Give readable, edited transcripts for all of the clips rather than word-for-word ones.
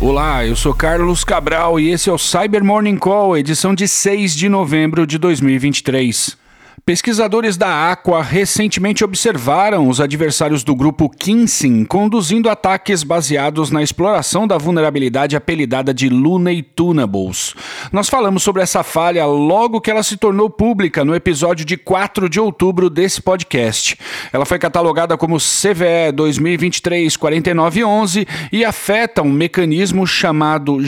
Olá, eu sou Carlos Cabral e esse é o Cyber Morning Call, edição de 6 de novembro de 2023. Pesquisadores da Aqua recentemente observaram os adversários do grupo Kinsin conduzindo ataques baseados na exploração da vulnerabilidade apelidada de Looney Tunables. Nós falamos sobre essa falha logo que ela se tornou pública no episódio de 4 de outubro desse podcast. Ela foi catalogada como CVE 2023-4911 e afeta um mecanismo chamado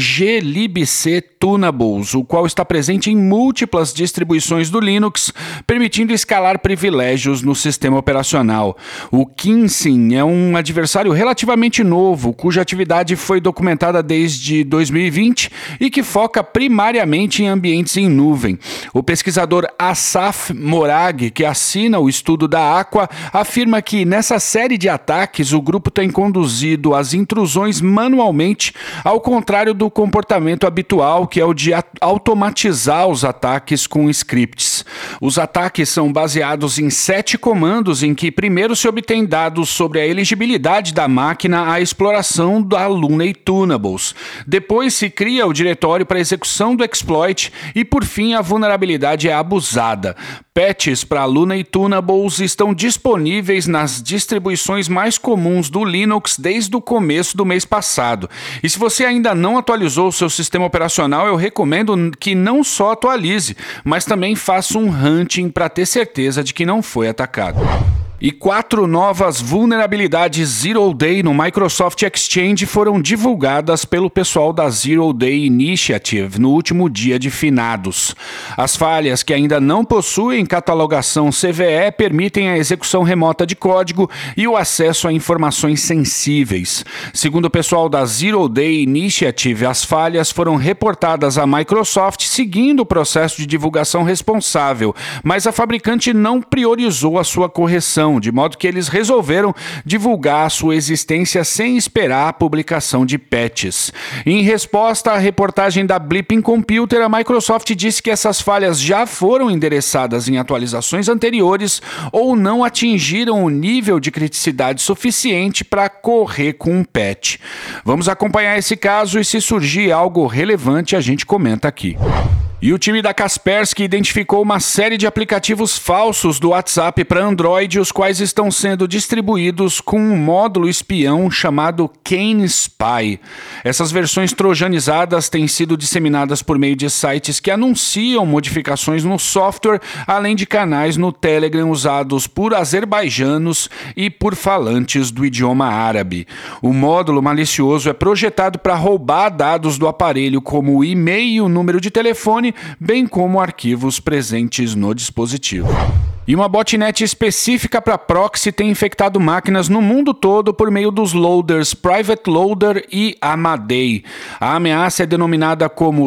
glibc Tunables, o qual está presente em múltiplas distribuições do Linux, permitindo escalar privilégios no sistema operacional. O Kinsin é um adversário relativamente novo, cuja atividade foi documentada desde 2020 e que foca primariamente em ambientes em nuvem. O pesquisador Asaf Morag, que assina o estudo da Aqua, afirma que nessa série de ataques o grupo tem conduzido as intrusões manualmente, ao contrário do comportamento habitual, que é o de automatizar os ataques com scripts. Os ataques são baseados em 7 comandos em que primeiro se obtém dados sobre a elegibilidade da máquina à exploração da Looney Tunables. Depois se cria o diretório para execução do exploit e por fim a vulnerabilidade é abusada. Patches para Looney Tunables estão disponíveis nas distribuições mais comuns do Linux desde o começo do mês passado. E se você ainda não atualizou o seu sistema operacional, eu recomendo que não só atualize, mas também faça um hunting para ter certeza de que não foi atacado. E 4 novas vulnerabilidades Zero Day no Microsoft Exchange foram divulgadas pelo pessoal da Zero Day Initiative no último dia de finados. As falhas que ainda não possuem catalogação CVE permitem a execução remota de código e o acesso a informações sensíveis. Segundo o pessoal da Zero Day Initiative, as falhas foram reportadas à Microsoft seguindo o processo de divulgação responsável, mas a fabricante não priorizou a sua correção, de modo que eles resolveram divulgar a sua existência sem esperar a publicação de patches. Em resposta à reportagem da Blipping Computer, a Microsoft disse que essas falhas já foram endereçadas em atualizações anteriores ou não atingiram o nível de criticidade suficiente para correr com um patch. Vamos acompanhar esse caso e se surgir algo relevante a gente comenta aqui. E o time da Kaspersky identificou uma série de aplicativos falsos do WhatsApp para Android, os quais estão sendo distribuídos com um módulo espião chamado Kane Spy. Essas versões trojanizadas têm sido disseminadas por meio de sites que anunciam modificações no software, além de canais no Telegram usados por azerbaijanos e por falantes do idioma árabe. O módulo malicioso é projetado para roubar dados do aparelho como o e-mail e o número de telefone, bem como arquivos presentes no dispositivo. E uma botnet específica para proxy tem infectado máquinas no mundo todo por meio dos loaders Private Loader e Amadei. A ameaça é denominada como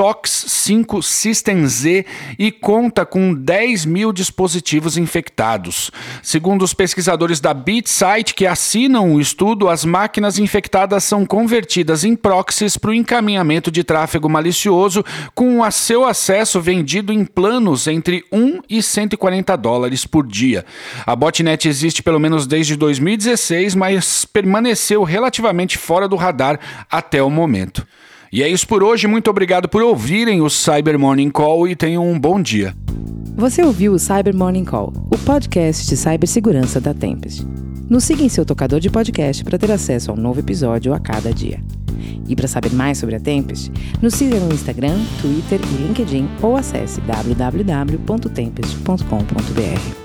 SOX5 System Z e conta com 10 mil dispositivos infectados. Segundo os pesquisadores da BitSight que assinam o estudo, as máquinas infectadas são convertidas em proxies para o encaminhamento de tráfego malicioso, com o seu acesso vendido em planos entre $1 e $140 por dia. A botnet existe pelo menos desde 2016, mas permaneceu relativamente fora do radar até o momento. E é isso por hoje, muito obrigado por ouvirem o Cyber Morning Call e tenham um bom dia. Você ouviu o Cyber Morning Call, o podcast de cibersegurança da Tempest. Nos siga em seu tocador de podcast para ter acesso a um novo episódio a cada dia. E para saber mais sobre a Tempest, nos siga no Instagram, Twitter e LinkedIn ou acesse www.tempest.com.br.